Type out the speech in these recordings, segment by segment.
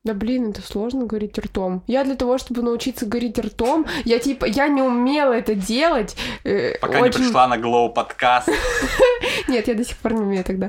Да блин, это сложно говорить ртом. Я для того, чтобы научиться говорить ртом, я не умела это делать. Пока не пришла на Glow подкаст. Нет, я до сих пор не умею тогда.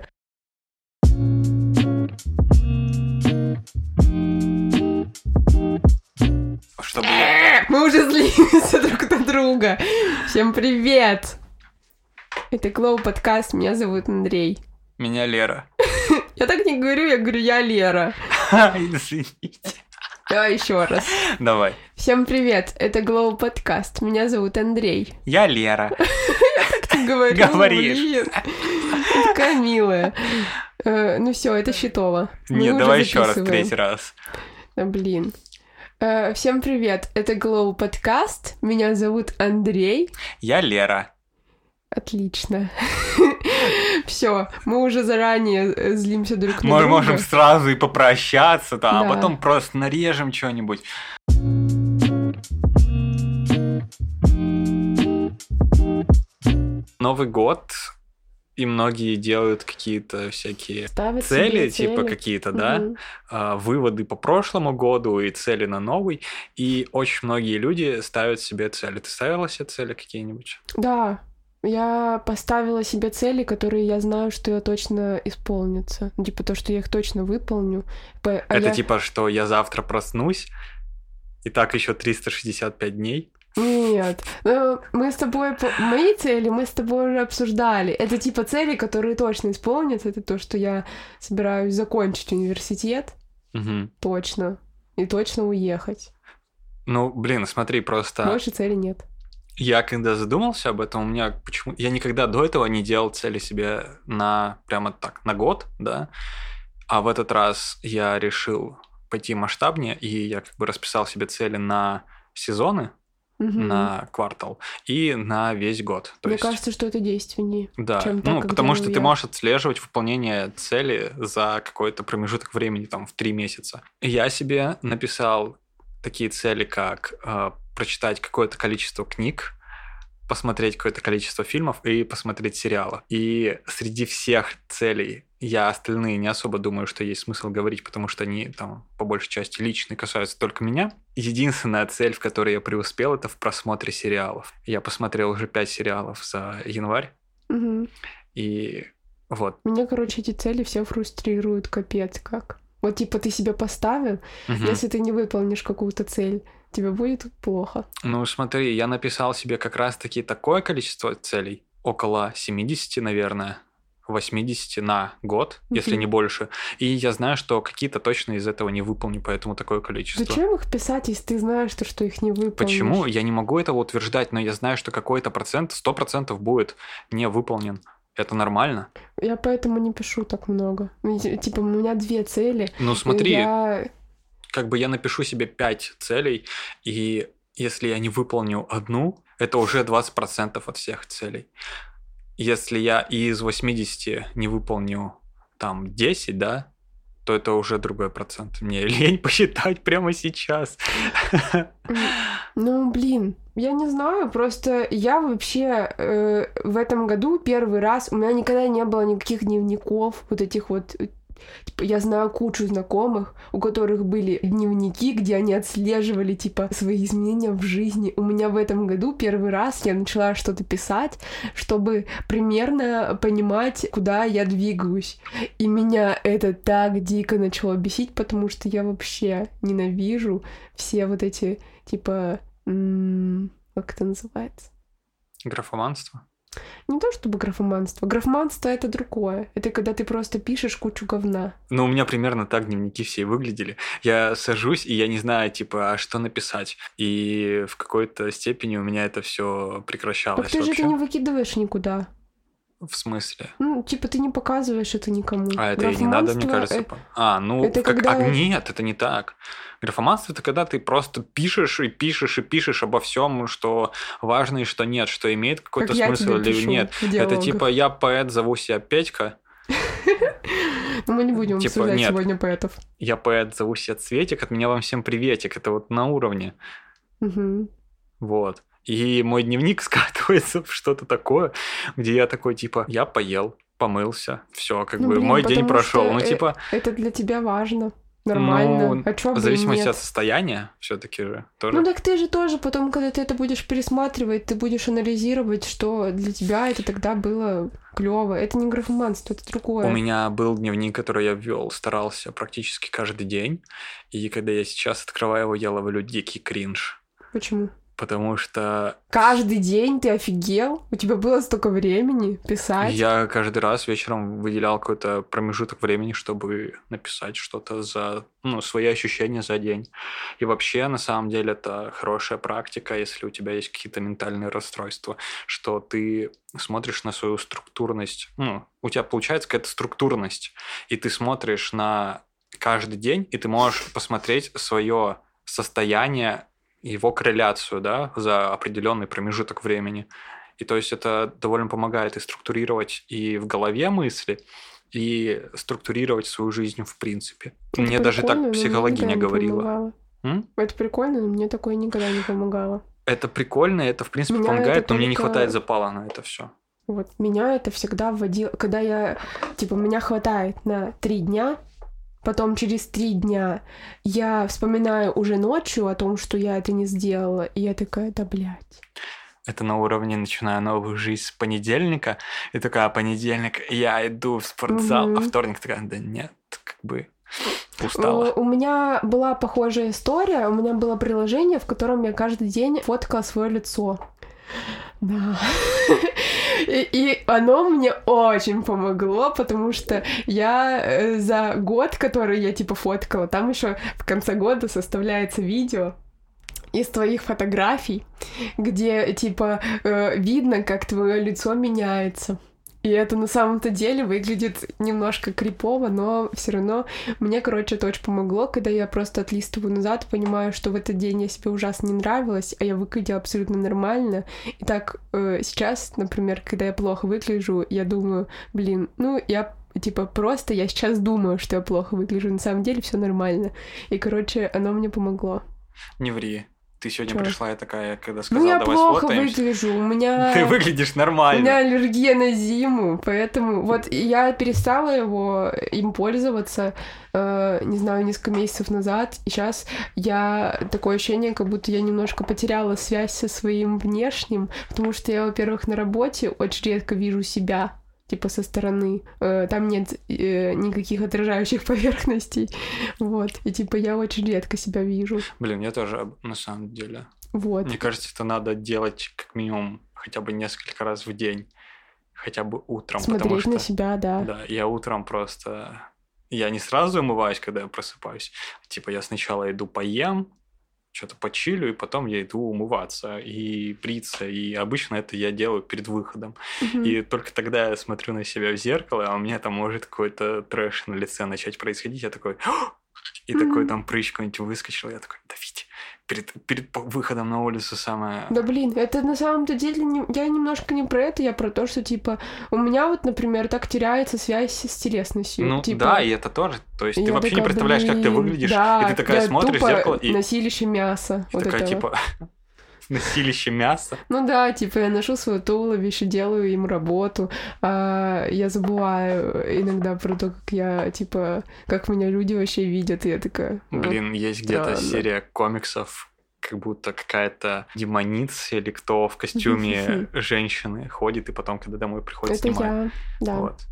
Чтобы Мы уже злимся друг на друга. Всем привет! Это Glow подкаст, меня зовут Андрей. Меня Лера. Я так не говорю, я говорю, я Лера. Извините. Давай еще раз. Давай. Всем привет, это Glow подкаст, меня зовут Андрей. Я Лера. Я так говорю, Говоришь. блин. Ты такая милая. Ну все, это щитово. Нет, давай еще раз, третий раз. Да блин. Всем привет, это Glow подкаст, меня зовут Андрей. Я Лера. Отлично. Все, мы уже заранее злимся друг на Мы друга. можем сразу и попрощаться, Да. а потом просто нарежем что-нибудь. Новый год, и многие делают какие-то всякие Ставят цели, себе типа какие-то, да, Мгм. выводы по прошлому году и цели на новый. И очень многие люди ставят себе цели. Ты ставила себе цели какие-нибудь? Да, я поставила себе цели, которые я знаю, что я точно исполнятся. Ну, типа то, что я их точно выполню. Это типа, что я завтра проснусь, и так еще 365 дней. Нет, ну, мы с тобой... Мои цели мы с тобой уже обсуждали. Это типа цели, которые точно исполнятся. Это то, что я собираюсь закончить университет. Мгм. Точно. И точно уехать. Ну, блин, смотри, просто Больше цели нет. я когда задумался об этом, у меня почему... Я никогда до этого не делал цели себе на прямо так, на год, да, а в этот раз я решил пойти масштабнее, и я как бы расписал себе цели на сезоны, Мгм. на квартал и на весь год. То Мне есть, кажется, что это действеннее. да, чем так, ну, как потому что делаю ты я. можешь отслеживать выполнение цели за какой-то промежуток времени, там, в 3 месяца. Я себе написал такие цели, как прочитать какое-то количество книг, посмотреть какое-то количество фильмов и посмотреть сериалы. И среди всех целей я остальные не особо думаю, что есть смысл говорить, потому что они там по большей части личные, касаются только меня. Единственная цель, в которой я преуспел, это в просмотре сериалов. Я посмотрел уже 5 сериалов за январь, Мгм. и вот. Меня, короче, эти цели все фрустрируют, капец как. Вот типа ты себе поставил, Мгм. если ты не выполнишь какую-то цель, тебе будет плохо. Ну, смотри, я написал себе как раз-таки такое количество целей, около 70, наверное, 80 на год, если Мгм. не больше. И я знаю, что какие-то точно из этого не выполню, поэтому такое количество. Зачем их писать, если ты знаешь, что их не выполнишь? Почему? Я не могу этого утверждать, но я знаю, что какой-то процент, 100% будет не выполнен. Это нормально. Я поэтому не пишу так много. Типа у меня 2 цели. Ну, смотри, Я... как бы я напишу себе 5 целей, и если я не выполню одну, это уже 20% от всех целей. Если я из 80 не выполню там 10, да, то это уже другой процент. Мне лень посчитать прямо сейчас. Ну, блин, я не знаю, просто я вообще в этом году первый раз, у меня никогда не было никаких дневников, вот этих вот, типа, я знаю кучу знакомых, у которых были дневники, где они отслеживали, типа, свои изменения в жизни. У меня в этом году первый раз я начала что-то писать, чтобы примерно понимать, куда я двигаюсь. И меня это так дико начало бесить, потому что я вообще ненавижу все вот эти, типа, как это называется? Графоманство? Не то чтобы графоманство. Графоманство — это другое. Это когда ты просто пишешь кучу говна. Ну, у меня примерно так дневники все и выглядели. Я сажусь, и я не знаю, типа, а что написать. И в какой-то степени у меня это все прекращалось Так ты же вообще. это не выкидываешь никуда. В смысле? Ну, типа, ты не показываешь это никому. А это и не надо, мне кажется. это когда- Нет, это не так. Графоманство — это когда ты просто пишешь и пишешь и пишешь обо всем, что важно и что нет, что имеет какой-то Как я смысл тебе или пишу нет. в Это диалогах. типа я поэт, зову себя Петька. Но мы не будем Типа, обсуждать нет. сегодня поэтов. Я поэт, зову себя Цветик, от меня вам всем приветик. Это вот на уровне. Мгм. Вот. И мой дневник скатывается в что-то такое, где я такой, типа, я поел, помылся, все, как Ну, бы блин, мой день потому прошел. что Ну, типа, это для тебя важно. нормально. Ну, А чё в бы и зависимости нет? от состояния все-таки же тоже. Ну так ты же тоже потом, когда ты это будешь пересматривать, ты будешь анализировать, что для тебя это тогда было клево. Это не графоманство, это У другое. меня был дневник, который я вел, старался практически каждый день. И когда я сейчас открываю его, я ловлю дикий кринж. Почему? Потому что Каждый день ты офигел? У тебя было столько времени писать? я каждый раз вечером выделял какой-то промежуток времени, чтобы написать что-то за свои ощущения за день. И вообще, на самом деле, это хорошая практика, если у тебя есть какие-то ментальные расстройства, что ты смотришь на свою структурность. У тебя получается какая-то структурность, и ты смотришь на каждый день, и ты можешь посмотреть свое состояние, его корреляцию, да, за определенный промежуток времени. И то есть это довольно помогает и структурировать и в голове мысли, и структурировать свою жизнь в принципе. Это Мне даже прикольно, но так мне психологиня никогда не говорила. помогало. М? Это прикольно, но мне такое никогда не помогало. Это прикольно, это в принципе Меня помогает, это но мне не только- хватает запала на это все. Вот меня это всегда вводило, когда я, меня хватает на 3 дня, потом через 3 дня я вспоминаю уже ночью о том, что я это не сделала, и я такая, да блядь. Это на уровне начинаю новую жизнь с понедельника, и такая, понедельник, я иду в спортзал, а вторник такая, да нет, как бы устала. У меня была похожая история, у меня было приложение, в котором я каждый день фоткала свое лицо. Да. И оно мне очень помогло, потому что я за год, который я фоткала, там еще в конце года составляется видео из твоих фотографий, где видно, как твое лицо меняется. И это на самом-то деле выглядит немножко крипово, но все равно мне, это очень помогло, когда я просто отлистываю назад, понимаю, что в этот день я себе ужасно не нравилась, а я выглядела абсолютно нормально. И так сейчас, например, когда я плохо выгляжу, я думаю, я сейчас думаю, что я плохо выгляжу, на самом деле все нормально. И, оно мне помогло. Не ври. Ты сегодня Чё? пришла и такая, когда сказала, я давай плохо сфотаемся. выгляжу, у меня... Ты выглядишь У меня нормально. аллергия на зиму, поэтому вот я перестала им пользоваться, не знаю, несколько месяцев назад, и сейчас я такое ощущение, как будто я немножко потеряла связь со своим внешним, потому что я, во-первых, на работе очень редко вижу себя, со стороны. Там нет никаких отражающих поверхностей, вот, и я очень редко себя вижу. Блин, я тоже, на самом деле. Вот. Мне кажется, это надо делать как минимум хотя бы несколько раз в день. Хотя бы утром. Смотреть потому что, на себя, да. Да, я утром просто... Я не сразу умываюсь, когда я просыпаюсь. Я сначала иду поем, что-то почилю, и потом я иду умываться и бриться. И обычно это я делаю перед выходом. И только тогда я смотрю на себя в зеркало, а у меня там может какой-то трэш на лице начать происходить. Я такой... И такой там прыщ какой-нибудь выскочил. Я такой, давите. Перед выходом на улицу самое... Да блин, это на самом-то деле я немножко не про это, я про то, что у меня вот, например, так теряется связь с телесностью. Да, и это тоже. То есть ты вообще такая, не представляешь, как ты выглядишь, да, и ты такая смотришь в зеркало и... Носилище мяса. И такая, носилище мяса. Ну да, я ношу свое туловище, делаю им работу, а я забываю иногда про то, как я, как меня люди вообще видят, и я такая... Блин, есть где-то серия комиксов, как будто какая-то демоница или кто в костюме женщины ходит, и потом, когда домой приходит, это снимает. Я, да. Вот.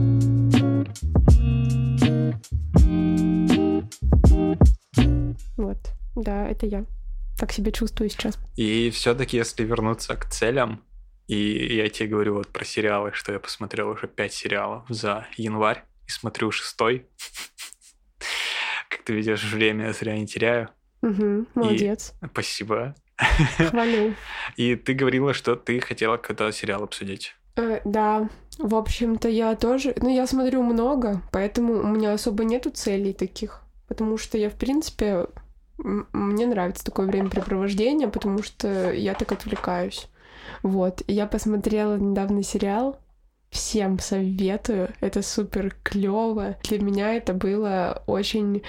Вот, да, это я. Так себя чувствую сейчас. И все-таки, если вернуться к целям, и я тебе говорю вот про сериалы, что я посмотрел уже 5 сериалов за январь, и смотрю 6-й. Как ты видишь, время зря не теряю. Молодец. Спасибо. Хвалю. И ты говорила, что ты хотела какой-то сериал обсудить. Да, в общем-то, я тоже... я смотрю много, поэтому у меня особо нету целей таких, потому что я, в принципе... Мне нравится такое времяпрепровождение, потому что я так отвлекаюсь. Вот. И я посмотрела недавно сериал. Всем советую. Это супер клево. Для меня это было очень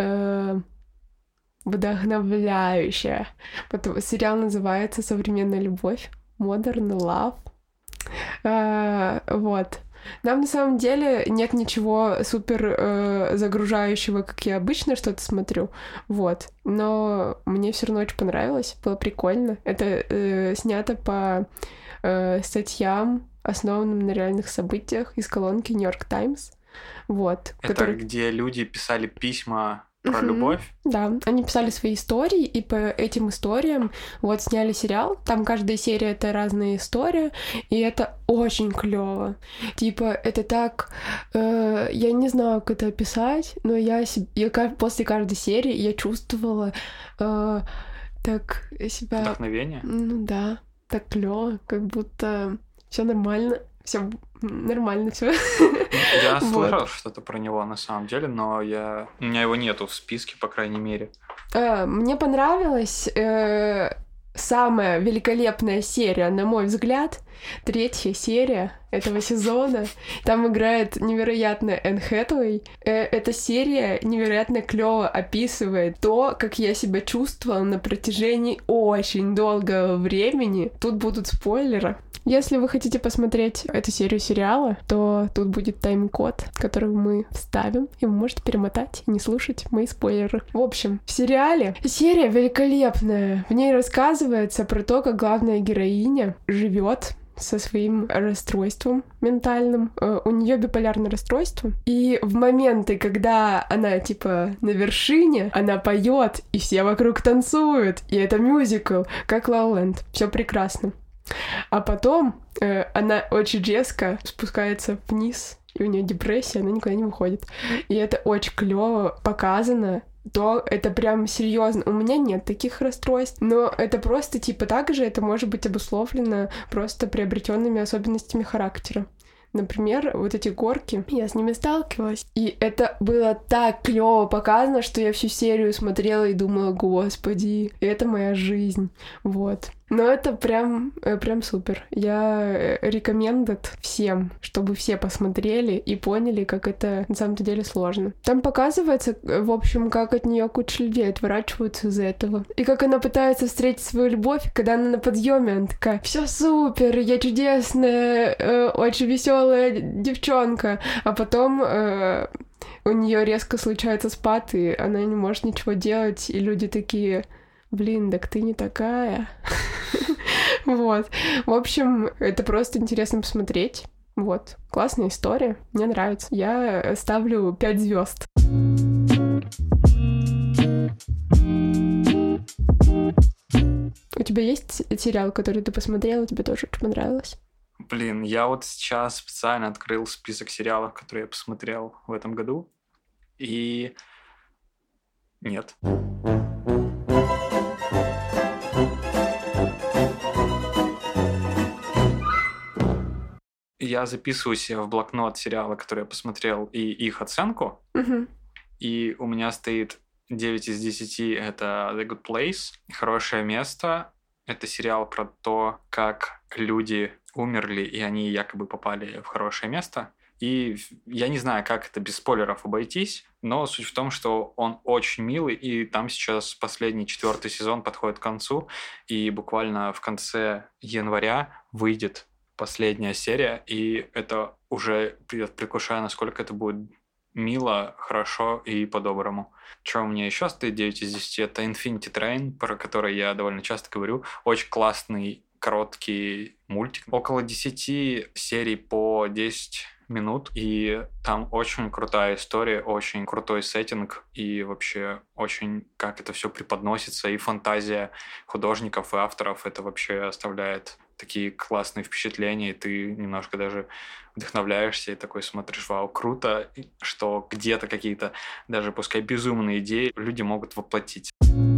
вдохновляюще. Сериал называется «Современная любовь». Modern Love. Вот. Нам на самом деле нет ничего супер загружающего, как я обычно что-то смотрю, вот. Но мне все равно очень понравилось, было прикольно. Это снято по статьям, основанным на реальных событиях из колонки New York Times, вот. Это где люди писали письма про любовь? Да, они писали свои истории, и по этим историям вот сняли сериал. Там каждая серия — это разная история, и это очень клево. Типа, это так... я не знаю, как это описать, но я после каждой серии я чувствовала так себя... Вдохновение? Ну да, так клево, как будто все нормально, все нормально все. Я слышал что-то про него на самом деле, но у меня его нету в списке, по крайней мере. Мне понравилась самая великолепная серия, на мой взгляд, 3-я серия этого сезона. Там играет невероятно Энн Хэтэуэй. Эта серия невероятно клево описывает то, как я себя чувствовала на протяжении очень долгого времени. Тут будут спойлеры. Если вы хотите посмотреть эту серию сериала, то тут будет тайм-код, который мы вставим, и вы можете перемотать и не слушать мои спойлеры. В общем, в сериале серия великолепная. В ней рассказывается про то, как главная героиня живет со своим расстройством ментальным. У нее биполярное расстройство. И в моменты, когда она, типа, на вершине, она поет, и все вокруг танцуют. И это мюзикл, как La La Land. Все прекрасно. А потом она очень резко спускается вниз, и у нее депрессия, она никуда не выходит. И это очень клево показано. То это прям серьезно. У меня нет таких расстройств, но это просто типа так же, это может быть обусловлено просто приобретенными особенностями характера. Например, вот эти горки, я с ними сталкивалась, и это было так клево показано, что я всю серию смотрела и думала: господи, это моя жизнь, вот. Но это прям супер. Я recommended всем, чтобы все посмотрели и поняли, как это на самом деле сложно. Там показывается, в общем, как от нее куча людей отворачиваются из-за этого. И как она пытается встретить свою любовь, когда она на подъеме, она такая: все супер, я чудесная, очень веселая девчонка. А потом у нее резко случается спад, и она не может ничего делать, и люди такие: блин, так ты не такая. Вот. В общем, это просто интересно посмотреть. Вот. Классная история. Мне нравится. Я ставлю 5 звезд. У тебя есть сериал, который ты посмотрела, тебе тоже очень понравилось? Блин, я вот сейчас специально открыл список сериалов, которые я посмотрел в этом году. И... нет. Я записываю себе в блокнот сериалы, которые я посмотрел, и их оценку. И у меня стоит 9 из 10 — это The Good Place. Хорошее место — это сериал про то, как люди умерли, и они якобы попали в хорошее место. И я не знаю, как это без спойлеров обойтись, но суть в том, что он очень милый, и там сейчас последний 4-й сезон подходит к концу, и буквально в конце января выйдет последняя серия, и это уже предвкушаю, насколько это будет мило, хорошо и по-доброму. Что у меня еще стоит 9 из 10? Это Infinity Train, про который я довольно часто говорю. Очень классный, короткий мультик. Около 10 серий по 10 минут, и там очень крутая история, очень крутой сеттинг, и вообще очень как это все преподносится, и фантазия художников и авторов, это вообще оставляет такие классные впечатления, и ты немножко даже вдохновляешься и такой смотришь: вау, круто, что где-то какие-то даже пускай безумные идеи люди могут воплотить.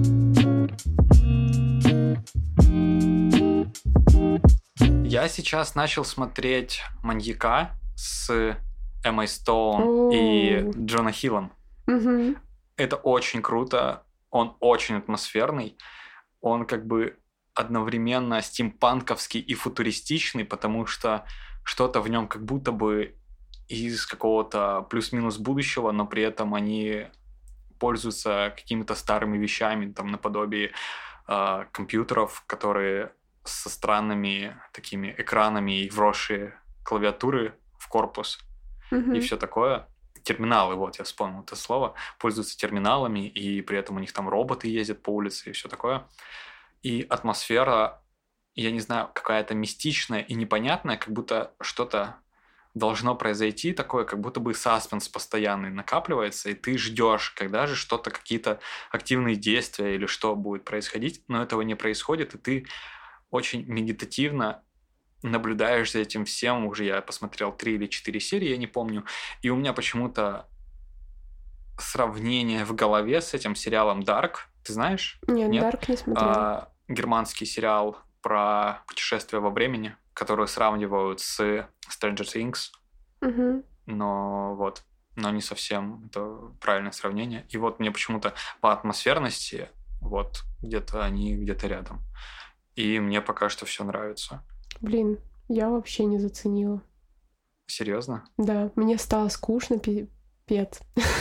Я сейчас начал смотреть «Маньяка» с Эммой Стоун и Джона Хиллом. Это очень круто, он очень атмосферный, он как бы одновременно стимпанковский и футуристичный, потому что что-то в нем как будто бы из какого-то плюс-минус будущего, но при этом они пользуются какими-то старыми вещами, там наподобие компьютеров, которые со странными такими экранами и вросшие клавиатуры в корпус и все такое. Терминалы, вот, я вспомнил это слово, пользуются терминалами, и при этом у них там роботы ездят по улице и все такое. И атмосфера, я не знаю, какая-то мистичная и непонятная, как будто что-то должно произойти такое, как будто бы саспенс постоянный накапливается, и ты ждешь, когда же что-то, какие-то активные действия или что будет происходить, но этого не происходит, и ты очень медитативно наблюдаешь за этим всем. Уже я посмотрел 3 или 4 серии, я не помню, и у меня почему-то сравнение в голове с этим сериалом Dark. Ты знаешь? Нет, Dark не смотрела. Германский сериал про путешествие во времени, который сравнивают с Stranger Things. Но не совсем это правильное сравнение. И вот мне почему-то по атмосферности вот где-то они где-то рядом. И мне пока что все нравится. Блин, я вообще не заценила. Серьезно? Да, мне стало скучно, пипец.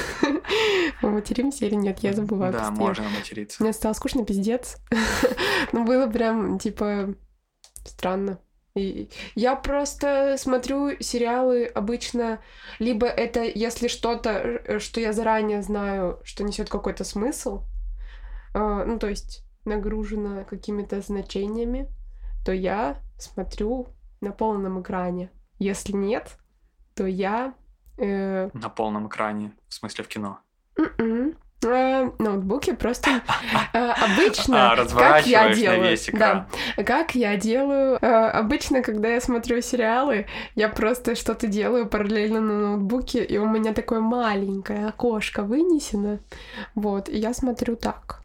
Мы материмся или нет? Я забываю. Да, можно материться. Мне стало скучно, пиздец. Ну, было прям, типа, странно. И я просто смотрю сериалы обычно, либо это если что-то, что я заранее знаю, что несет какой-то смысл, ну, то есть нагружено какими-то значениями, то я смотрю на полном экране. Если нет, то я... На полном экране, в смысле в кино? Ноутбуке просто обычно, как я делаю, да, как я делаю, обычно, когда я смотрю сериалы, я просто что-то делаю параллельно на ноутбуке, и у меня такое маленькое окошко вынесено, вот, и я смотрю так.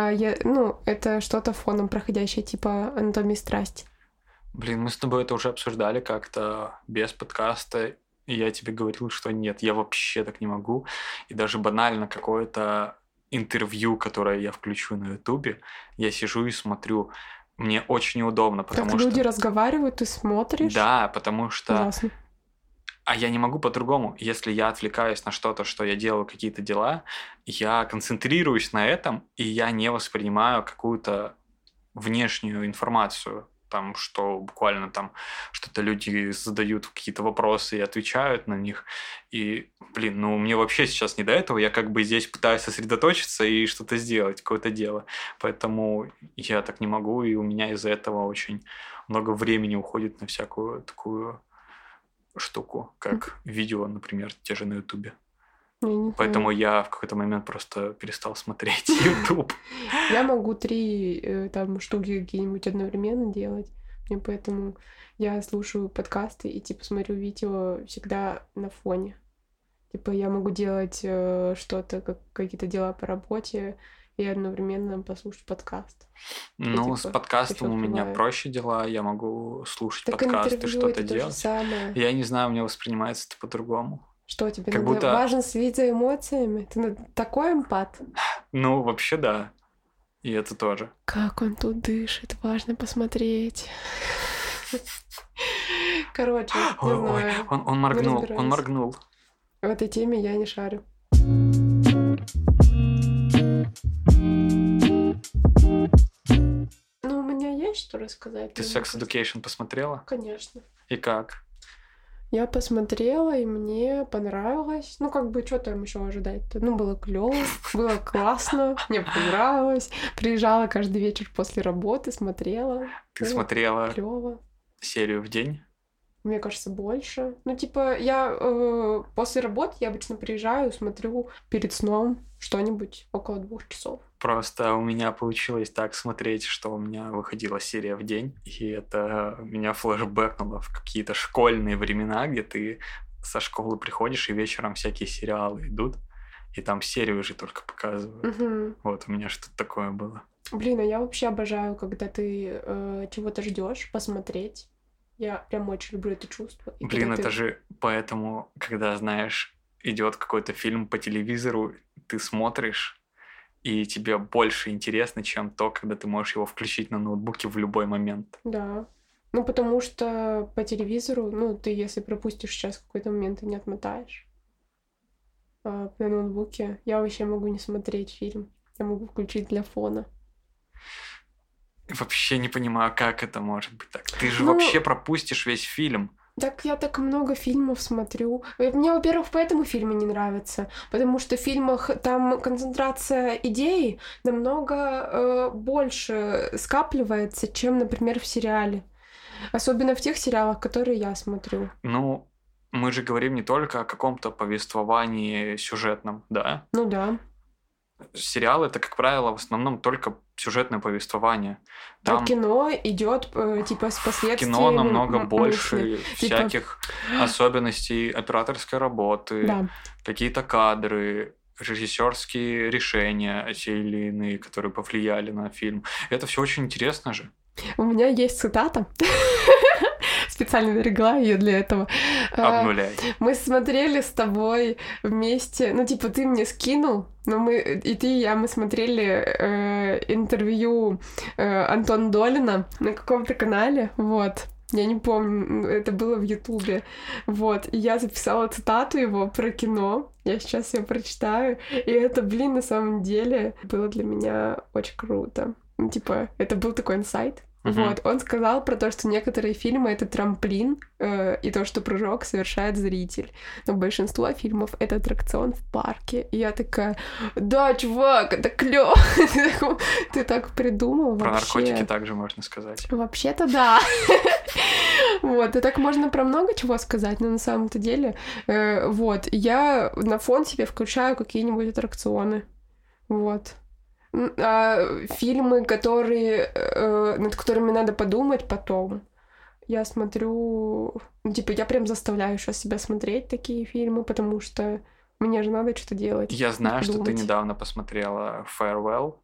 Это что-то фоном проходящее, типа «Анатомии страсти». Блин, мы с тобой это уже обсуждали как-то без подкаста, и я тебе говорил, что нет, я вообще так не могу. И даже банально какое-то интервью, которое я включу на Ютубе, я сижу и смотрю. Мне очень неудобно, потому что... Так люди разговаривают, ты смотришь? Да, потому что... Ужасно. А я не могу по-другому. Если я отвлекаюсь на что-то, что я делаю какие-то дела, я концентрируюсь на этом, и я не воспринимаю какую-то внешнюю информацию. Там, что буквально там что-то люди задают какие-то вопросы и отвечают на них. И, блин, мне вообще сейчас не до этого. Я как бы здесь пытаюсь сосредоточиться и что-то сделать, какое-то дело. Поэтому я так не могу, и у меня из-за этого очень много времени уходит на всякую такую штуку, как видео, например, те же на Ютубе. Поэтому я в какой-то момент просто перестал смотреть YouTube. Я могу 3 там штуки какие-нибудь одновременно делать. И поэтому я слушаю подкасты и типа смотрю видео всегда на фоне. Типа я могу делать что-то, какие-то дела по работе и одновременно послушать подкаст. Ну, с подкастом у меня проще дела. Я могу слушать подкасты, что-то делать. Я не знаю, у меня воспринимается это по-другому. Что тебе как надо? Важно следить за эмоциями? Ты такой эмпат? Ну, вообще да. И это тоже. Как он тут дышит, важно посмотреть. Короче, не знаю. Он моргнул. В этой теме я не шарю. Ну, у меня есть что рассказать. Ты Sex Education посмотрела? Конечно. И как? Я посмотрела, и мне понравилось. Ну, как бы, что там еще ожидать-то? Ну, было клево, было классно, мне понравилось. Приезжала каждый вечер после работы, смотрела. Ты смотрела клево. Серию в день? Мне кажется, больше. Ну, типа, я после работы я обычно приезжаю, смотрю перед сном что-нибудь около 2 часов. Просто у меня получилось так смотреть, что у меня выходила серия в день, и это меня флешбэкнуло в какие-то школьные времена, где ты со школы приходишь, и вечером всякие сериалы идут, и там серию уже только показывают. Угу. Вот у меня что-то такое было. Блин, а я вообще обожаю, когда ты чего-то ждешь посмотреть. Я прям очень люблю это чувство. И блин, это же поэтому, когда, знаешь, идет какой-то фильм по телевизору, ты смотришь, и тебе больше интересно, чем то, когда ты можешь его включить на ноутбуке в любой момент. Да. Ну, потому что по телевизору, ну, ты если пропустишь сейчас какой-то момент, ты не отмотаешь. А на ноутбуке я вообще могу не смотреть фильм. Я могу включить для фона. Вообще не понимаю, как это может быть так. Ты же вообще пропустишь весь фильм. Так я так много фильмов смотрю. Мне, во-первых, поэтому фильмы не нравятся. Потому что в фильмах там концентрация идей намного больше скапливается, чем, например, в сериале. Особенно в тех сериалах, которые я смотрю. Ну, мы же говорим не только о каком-то повествовании сюжетном, да? Ну да. Сериалы — это, как правило, в основном только сюжетное повествование. А кино идет типа с последствиями. Кино намного больше мысли. всяких особенностей операторской работы, Да. какие-то кадры, режиссерские решения те или иные, которые повлияли на фильм. Это все очень интересно же. У меня есть цитата. Специально берегла ее для этого. Обнуляй. Мы смотрели с тобой вместе, ну, типа, ты мне скинул, но мы, и ты, и я, мы смотрели интервью Антона Долина на каком-то канале, вот. Я не помню, это было в Ютубе. Вот, и я записала цитату его про кино. Я сейчас ее прочитаю. И это, блин, на самом деле было для меня очень круто. Ну, типа, это был такой инсайт. Вот, он сказал про то, что некоторые фильмы — это трамплин, и то, что прыжок совершает зритель. Но большинство фильмов — это аттракцион в парке. И я такая, да, чувак, это клёво. Ты так придумал Про вообще. наркотики также можно сказать. Вообще-то да. Вот, и так можно про много чего сказать, но на самом-то деле, вот, я на фон себе включаю какие-нибудь аттракционы. Вот. Фильмы, которые, над которыми надо подумать потом, я смотрю... Ну, типа, я прям заставляю сейчас себя смотреть такие фильмы, потому что мне же надо что-то делать. Я знаю, что ты думать. недавно посмотрела Farewell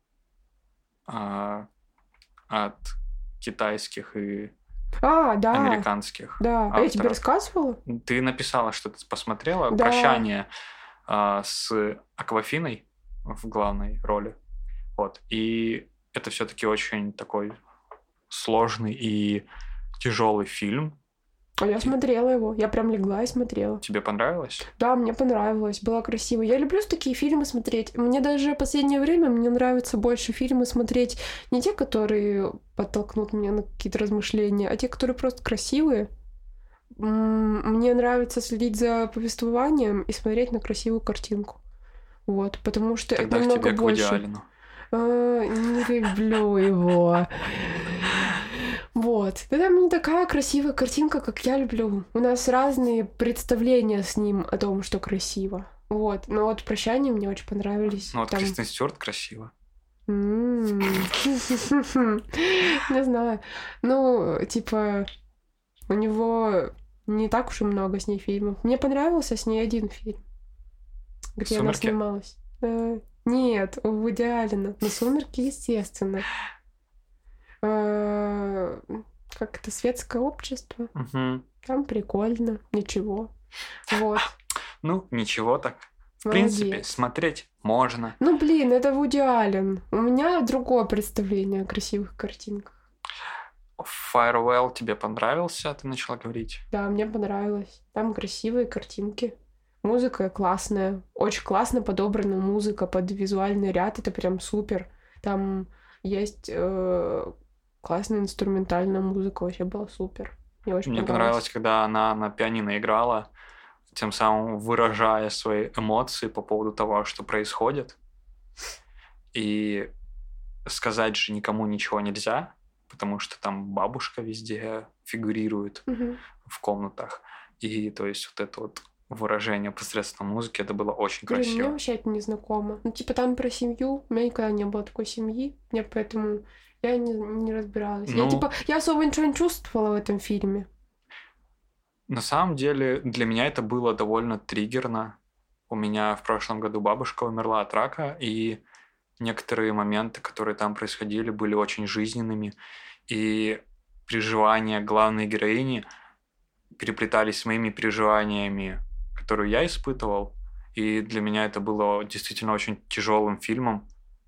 от китайских и Да. американских Да. авторов. А я тебе рассказывала? Ты написала, что ты посмотрела. Да. «Прощание» с Аквафиной в главной роли. Вот. И это все-таки очень такой сложный и тяжелый фильм. А я смотрела его. Я прям легла и смотрела. Тебе понравилось? Да, мне понравилось. Было красиво. Я люблю такие фильмы смотреть. Мне даже в последнее время мне нравится больше фильмы смотреть не те, которые подтолкнут меня на какие-то размышления, а те, которые просто красивые. Мне нравится следить за повествованием и смотреть на красивую картинку. Вот, потому что Тогда это к намного тебе к больше. Вуди Аллену. Не люблю его. Вот. Это не такая красивая картинка, как я люблю. У нас разные представления с ним о том, что красиво. Вот. Но вот «Прощание» мне очень понравились. Ну вот Там... Кристен Стюарт красиво. Не знаю. Ну, типа, у него не так уж и много с ней фильмов. Мне понравился с ней один фильм, где она «Сумерки»? снималась. Нет, у Вуди Аллена. Но «Сумерки», естественно. Как это, «Светское общество». Угу. Там прикольно, ничего. Вот. Ну, ничего так. В Молодец. принципе, смотреть можно. Ну, блин, это Вуди Аллен. У меня другое представление о красивых картинках. Farewell тебе понравился, ты начала говорить? Да, мне понравилось. Там красивые картинки. Музыка классная. Очень классно подобрана музыка под визуальный ряд. Это прям супер. Там есть классная инструментальная музыка. Вообще была супер. Мне понравилось, когда она на пианино играла, тем самым выражая свои эмоции по поводу того, что происходит. И сказать же никому ничего нельзя, потому что там бабушка везде фигурирует в комнатах. И то есть вот это вот выражение посредством музыки, это было очень красиво. Мне вообще это не знакомо. Ну, типа, там про семью. У меня никогда не было такой семьи. Мне поэтому я не разбиралась. Ну, Я особо ничего не чувствовала в этом фильме. На самом деле, для меня это было довольно триггерно. У меня в прошлом году бабушка умерла от рака, и некоторые моменты, которые там происходили, были очень жизненными. И переживания главной героини переплетались с моими переживаниями, которые я испытывал. И для меня это было действительно очень тяжелым фильмом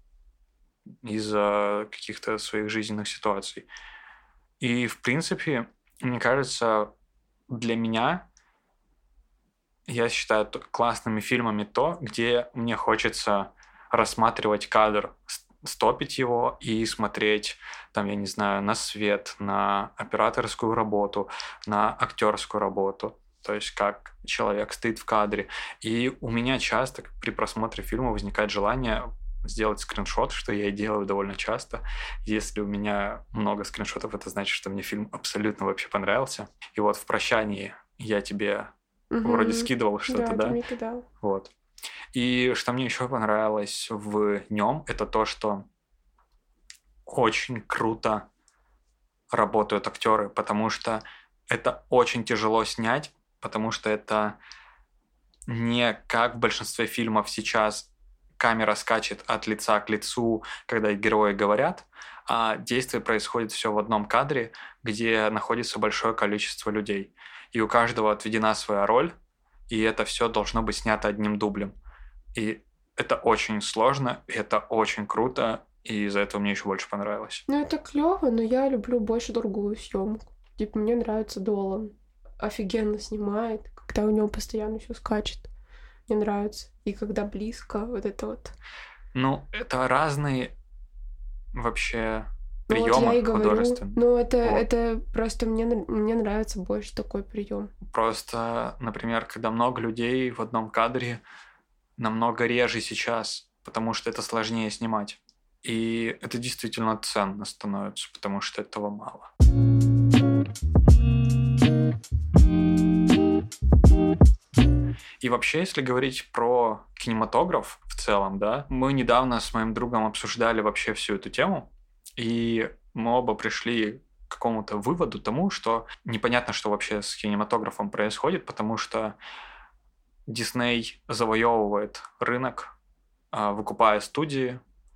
из-за каких-то своих жизненных ситуаций. И, в принципе, мне кажется, для меня, я считаю классными фильмами то, где мне хочется рассматривать кадр стопить его и смотреть, там, я не знаю, на свет, на операторскую работу, на актерскую работу. То есть как человек стоит в кадре. И у меня часто при просмотре фильма возникает желание сделать скриншот, что я и делаю довольно часто. Если у меня много скриншотов, это значит, что мне фильм абсолютно вообще понравился. И вот в «Прощании» я тебе вроде скидывал что-то, да? Ты мне кидал. Вот. И что мне еще понравилось в нем, это то, что очень круто работают актеры, потому что это очень тяжело снять, потому что это не как в большинстве фильмов сейчас камера скачет от лица к лицу, когда герои говорят, а действие происходит все в одном кадре, где находится большое количество людей. И у каждого отведена своя роль, и это все должно быть снято одним дублем. И это очень сложно, и это очень круто, и из-за этого мне еще больше понравилось. Ну, это клево, но я люблю больше другую съемку. Типа, мне нравится Долан. Офигенно снимает, когда у него постоянно все скачет. Мне нравится. И когда близко, вот это вот. Ну, это разные вообще Ну, вот приемы я и говорю. художественные. Ну, это просто мне нравится больше такой прием. Просто, например, когда много людей в одном кадре, намного реже сейчас, потому что это сложнее снимать. И это действительно ценно становится, потому что этого мало. И вообще, если говорить про кинематограф в целом, да, мы недавно с моим другом обсуждали вообще всю эту тему, и мы оба пришли к какому-то выводу тому, что непонятно, что вообще с кинематографом происходит, потому что Дисней завоевывает рынок, выкупая студии,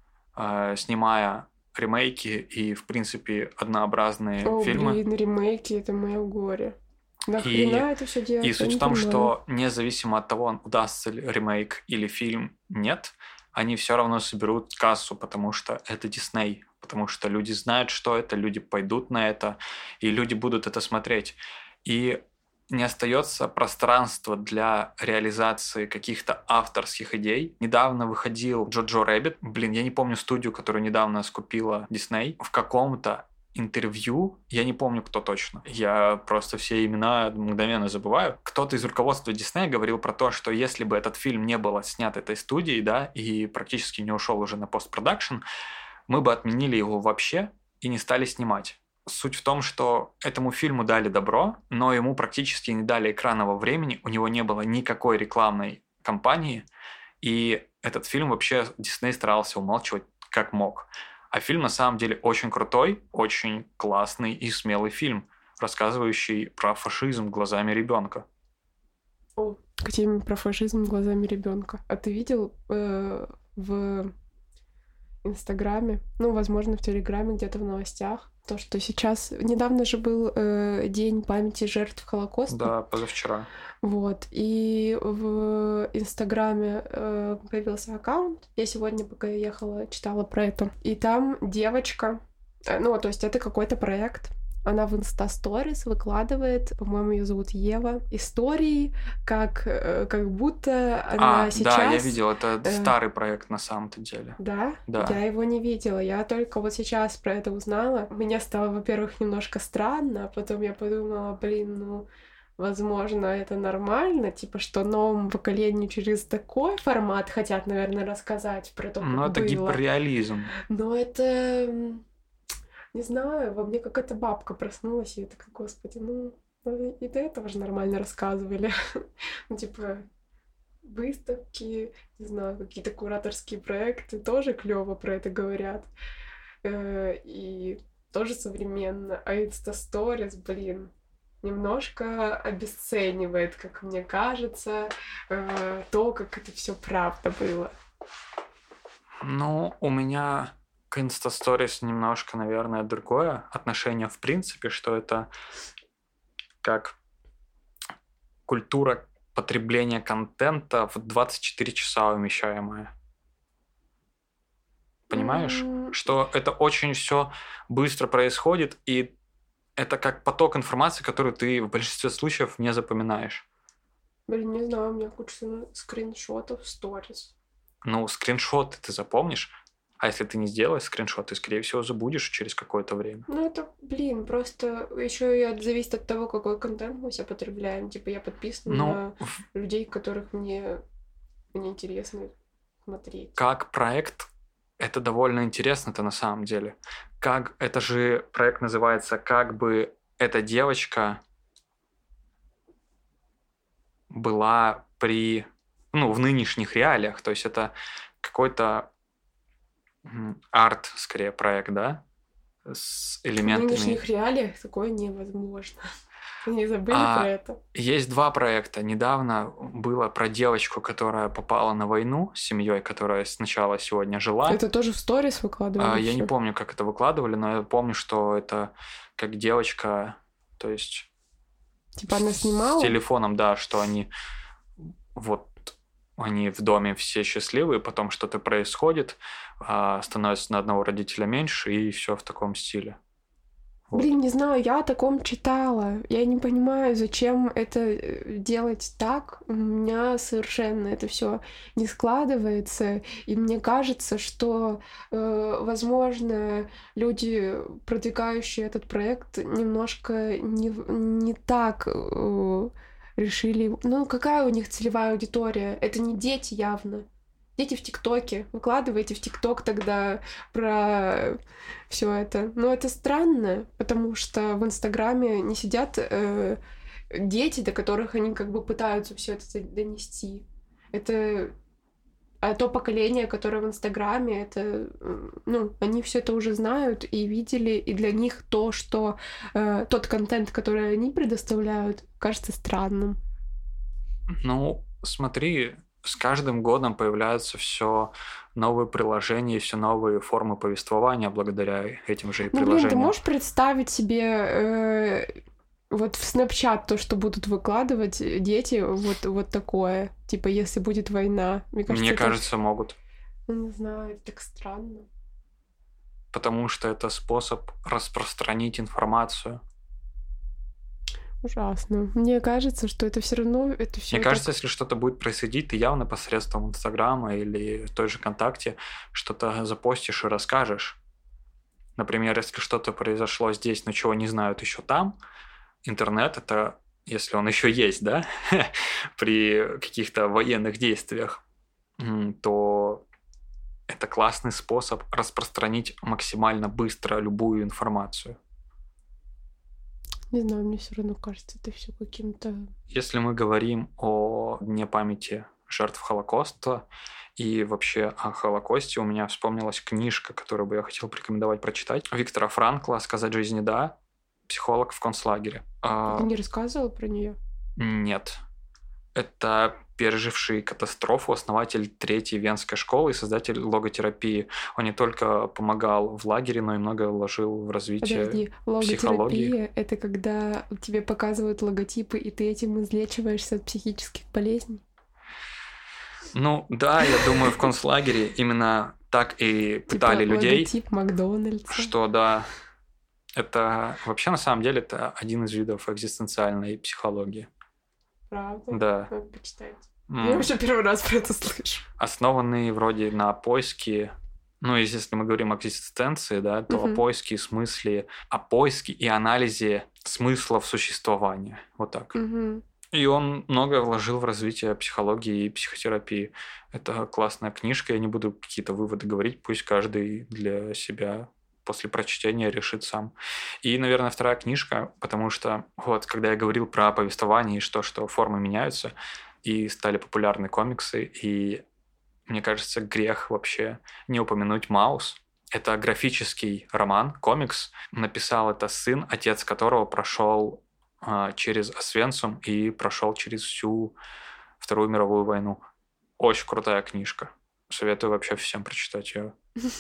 снимая ремейки и, в принципе, однообразные фильмы. Блин, ремейки — это мое горе. Нахрена это все делать? И суть в том, что независимо от того, удастся ли ремейк или фильм, нет, они все равно соберут кассу, потому что это Дисней, потому что люди знают, что это, люди пойдут на это, и люди будут это смотреть. И не остается пространства для реализации каких-то авторских идей. Недавно выходил Джоджо Рэббит. Блин, я не помню студию, которую недавно скупила Дисней. В каком-то интервью, я не помню, кто точно. Я просто все имена мгновенно забываю. Кто-то из руководства Диснея говорил про то, что если бы этот фильм не был снят этой студией, да, и практически не ушел уже на постпродакшн, мы бы отменили его вообще и не стали снимать. Суть в том, что этому фильму дали добро, но ему практически не дали экранного времени, у него не было никакой рекламной кампании, и этот фильм вообще Дисней старался умалчивать как мог. А фильм на самом деле очень крутой, очень классный и смелый фильм, рассказывающий про фашизм глазами ребенка. К теме про фашизм глазами ребенка. А ты видел в Инстаграме, ну, возможно, в Телеграме, где-то в новостях, то, что сейчас... Недавно же был День памяти жертв Холокоста. Да, позавчера. Вот. И в Инстаграме появился аккаунт. Я сегодня, пока я ехала, читала про это. И там девочка... Ну, то есть это какой-то проект. Она в Инста-сторис выкладывает, по-моему, ее зовут Ева, истории, как будто она сейчас... Да, я видел, это старый проект на самом-то деле. Да? Да. Я его не видела, я только вот сейчас про это узнала. Мне стало, во-первых, немножко странно, а потом я подумала, возможно, это нормально, типа, что новому поколению через такой формат хотят, наверное, рассказать про то, как было. Ну, это гиперреализм. Но это... Не знаю, во мне какая-то бабка проснулась, и я такая, господи, и до этого же нормально рассказывали. Ну, типа, выставки, не знаю, какие-то кураторские проекты тоже клево про это говорят. И тоже современно. А Инста-сторис, немножко обесценивает, как мне кажется, то, как это все правда было. Ну, у меня к Инста-сторис немножко, наверное, другое отношение в принципе, что это как культура потребления контента в 24 часа умещаемая. Понимаешь? Что это очень все быстро происходит, и это как поток информации, которую ты в большинстве случаев не запоминаешь. Не знаю, у меня куча скриншотов в сторис. Ну, скриншоты ты запомнишь, А если ты не сделаешь скриншот, ты, скорее всего, забудешь через какое-то время. Ну, это, просто еще и зависит от того, какой контент мы себе потребляем. Типа, я подписана на людей, которых мне интересно смотреть. Как проект, это довольно интересно-то на самом деле. Это же проект называется «Как бы эта девочка была в нынешних реалиях». То есть это какой-то арт, скорее, проект, да? С элементами. В нынешних реалиях такое невозможно. Не забыли про это? Есть 2 проекта. Недавно было про девочку, которая попала на войну с семьей, которая сначала сегодня жила. Это тоже в сторис выкладывали? Я не помню, как это выкладывали, но я помню, что это как девочка, то есть... Типа она снимала? С телефоном, да, что они в доме все счастливые, потом что-то происходит, становится на одного родителя меньше, и все в таком стиле. Вот. Блин, не знаю, я о таком читала. Я не понимаю, зачем это делать так. У меня совершенно это все не складывается. И мне кажется, что, возможно, люди, продвигающие этот проект, немножко не так решили. Ну, какая у них целевая аудитория? Это не дети явно. Дети в ТикТоке. Выкладывайте в ТикТок тогда про все это. Но это странно, потому что в Инстаграме не сидят дети, до которых они как бы пытаются все это донести. А то поколение, которое в Инстаграме, это, они все это уже знают и видели, и для них тот контент, который они предоставляют, кажется странным. Ну, смотри, с каждым годом появляются все новые приложения, все новые формы повествования благодаря этим же и приложениям. Ты можешь представить себе вот в Snapchat то, что будут выкладывать дети, вот такое? Типа, если будет война. Мне кажется, могут. Не знаю, это так странно. Потому что это способ распространить информацию. Ужасно. Мне кажется, что это все равно... Мне кажется, если что-то будет происходить, ты явно посредством Инстаграма или той же ВКонтакте что-то запостишь и расскажешь. Например, если что-то произошло здесь, но чего не знают еще там, интернет — это, если он еще есть, да, при каких-то военных действиях, то это классный способ распространить максимально быстро любую информацию. Не знаю, мне все равно кажется, это все каким-то... Если мы говорим о Дне памяти жертв Холокоста и вообще о Холокосте, у меня вспомнилась книжка, которую бы я хотел порекомендовать прочитать. Виктора Франкла «Сказать жизни да», психолог в концлагере. Ты не рассказывал про нее? Нет. Это переживший катастрофу основатель Третьей Венской школы и создатель логотерапии. Он не только помогал в лагере, но и много вложил в развитие психологии. Логотерапия — это когда тебе показывают логотипы, и ты этим излечиваешься от психических болезней? Ну да, я думаю, в концлагере именно так и пытали людей. Логотип Макдональдса. Что да, это вообще на самом деле это один из видов экзистенциальной психологии. Правда? Да. Надо почитать. Я вообще первый раз про это слышу. Основанные вроде на поиске, если мы говорим о экзистенции, да, то о поиске и анализе смыслов существования. Вот так. И он много вложил в развитие психологии и психотерапии. Это классная книжка, я не буду какие-то выводы говорить, пусть каждый для себя после прочтения решит сам. И, наверное, вторая книжка, потому что когда я говорил про повествование и что формы меняются, и стали популярны комиксы, и мне кажется, грех вообще не упомянуть Маус. Это графический роман, комикс. Написал это сын, отец которого прошел через Освенцим и прошел через всю Вторую мировую войну. Очень крутая книжка. Советую вообще всем прочитать ее.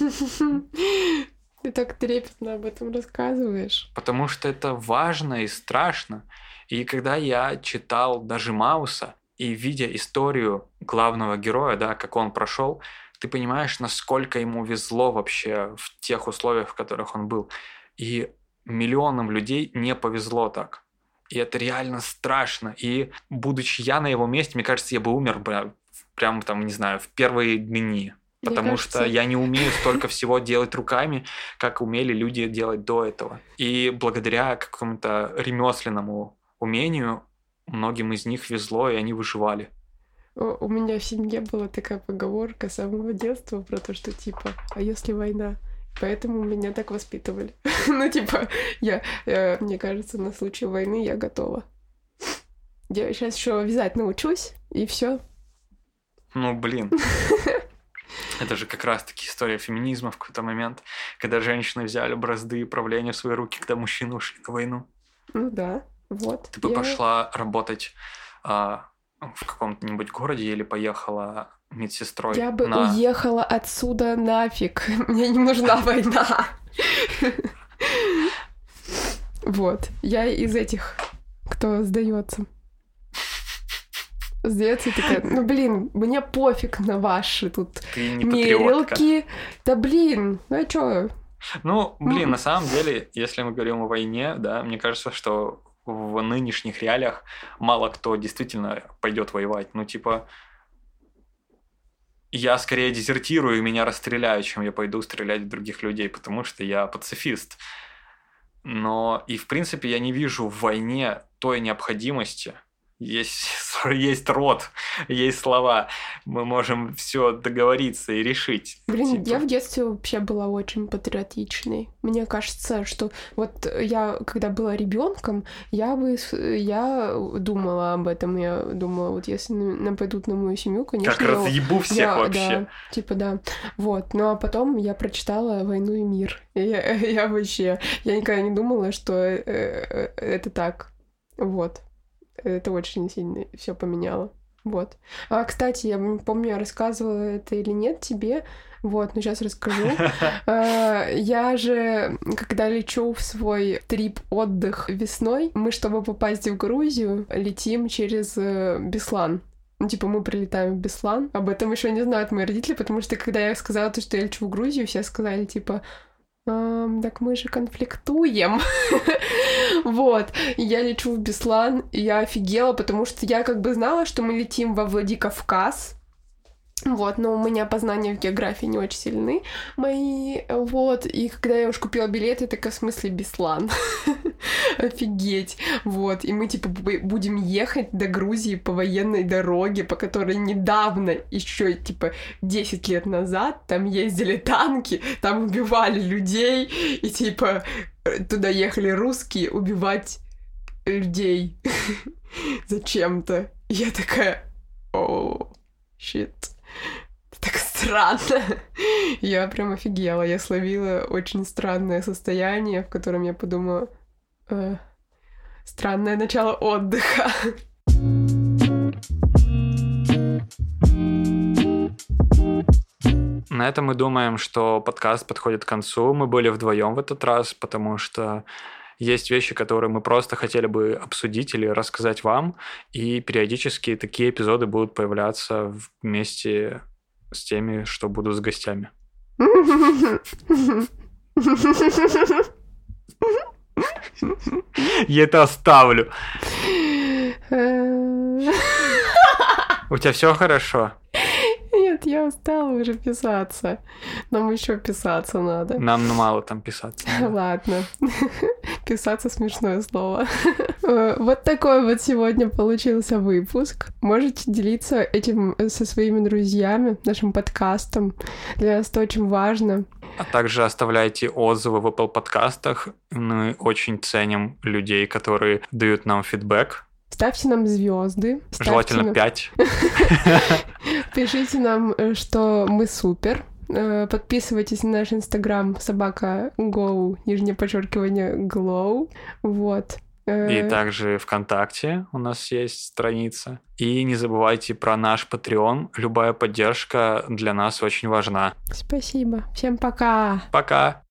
Ты так трепетно об этом рассказываешь. Потому что это важно и страшно. И когда я читал даже Мауса, и видя историю главного героя, да, как он прошел, ты понимаешь, насколько ему везло вообще в тех условиях, в которых он был. И миллионам людей не повезло так. И это реально страшно. И будучи я на его месте, мне кажется, я бы умер прям там, не знаю, в первые дни. Потому что я не умею столько всего делать руками, как умели люди делать до этого. И благодаря какому-то ремесленному умению многим из них везло, и они выживали. У меня в семье была такая поговорка с самого детства про то, что типа, а если война? Поэтому меня так воспитывали. Ну, типа, мне кажется, на случай войны я готова. Я сейчас еще вязать научусь, и все. Ну, блин. Это же как раз-таки история феминизма в какой-то момент, когда женщины взяли бразды правления в свои руки, когда мужчины ушли на войну. Ну да, вот. Ты бы пошла работать в каком-нибудь городе или поехала медсестрой? Я бы уехала отсюда нафиг. Мне не нужна война. Вот. Я из этих, кто сдается. Сдается такая, ну блин, мне пофиг на ваши тут мерилки. Да блин, ну а чё? Ну, блин, на самом деле, если мы говорим о войне, да, мне кажется, что в нынешних реалиях мало кто действительно пойдет воевать. Ну, типа, я скорее дезертирую и меня расстреляют, чем я пойду стрелять в других людей, потому что я пацифист. Но и, в принципе, я не вижу в войне той необходимости. Есть род, есть слова. Мы можем все договориться и решить. Блин, я в детстве вообще была очень патриотичной. Мне кажется, что вот я, когда была ребенком, я думала об этом. Я думала, вот если нападут на мою семью, конечно... Как разъебу всех вообще. Да, типа да. Вот. Ну а потом я прочитала «Войну и мир». Я вообще... Я никогда не думала, что это так. Вот. Это очень сильно все поменяло. Вот. Кстати, я не помню, я рассказывала это или нет тебе. Вот, но сейчас расскажу. Я же, когда лечу в свой трип-отдых весной, мы, чтобы попасть в Грузию, летим через Беслан. Ну, типа, мы прилетаем в Беслан. Об этом еще не знают мои родители, потому что, когда я сказала, что я лечу в Грузию, все сказали, типа... так мы же конфликтуем. Вот. И я лечу в Беслан, и я офигела, потому что я как бы знала, что мы летим во Владикавказ. Вот, но у меня познания в географии не очень сильны мои, вот, и когда я уж купила билет, я такая, в смысле, Беслан? Офигеть, вот, и мы, типа, будем ехать до Грузии по военной дороге, по которой недавно, еще, типа, 10 лет назад, там ездили танки, там убивали людей, и, типа, туда ехали русские убивать людей зачем-то. И я такая, о, щит. Так странно. Я прям офигела. Я словила очень странное состояние, в котором я подумала, странное начало отдыха. На этом мы думаем, что подкаст подходит к концу. Мы были вдвоем в этот раз, потому что есть вещи, которые мы просто хотели бы обсудить или рассказать вам, и периодически такие эпизоды будут появляться вместе с теми, что будут с гостями. Я это оставлю. У тебя все хорошо? Нет, я устала уже писаться. Нам еще писаться надо. Нам мало там писаться. Ладно. Писаться — смешное слово. Вот такой вот сегодня получился выпуск. Можете делиться этим со своими друзьями, нашим подкастом. Для нас это очень важно. А также оставляйте отзывы в Apple подкастах. Мы очень ценим людей, которые дают нам фидбэк. Ставьте нам звезды. Желательно 5. Пишите нам, что мы супер. Подписывайтесь на наш инстаграм @go_, _glow. Вот. И также ВКонтакте у нас есть страница. И не забывайте про наш Patreon. Любая поддержка для нас очень важна. Спасибо. Всем пока. Пока.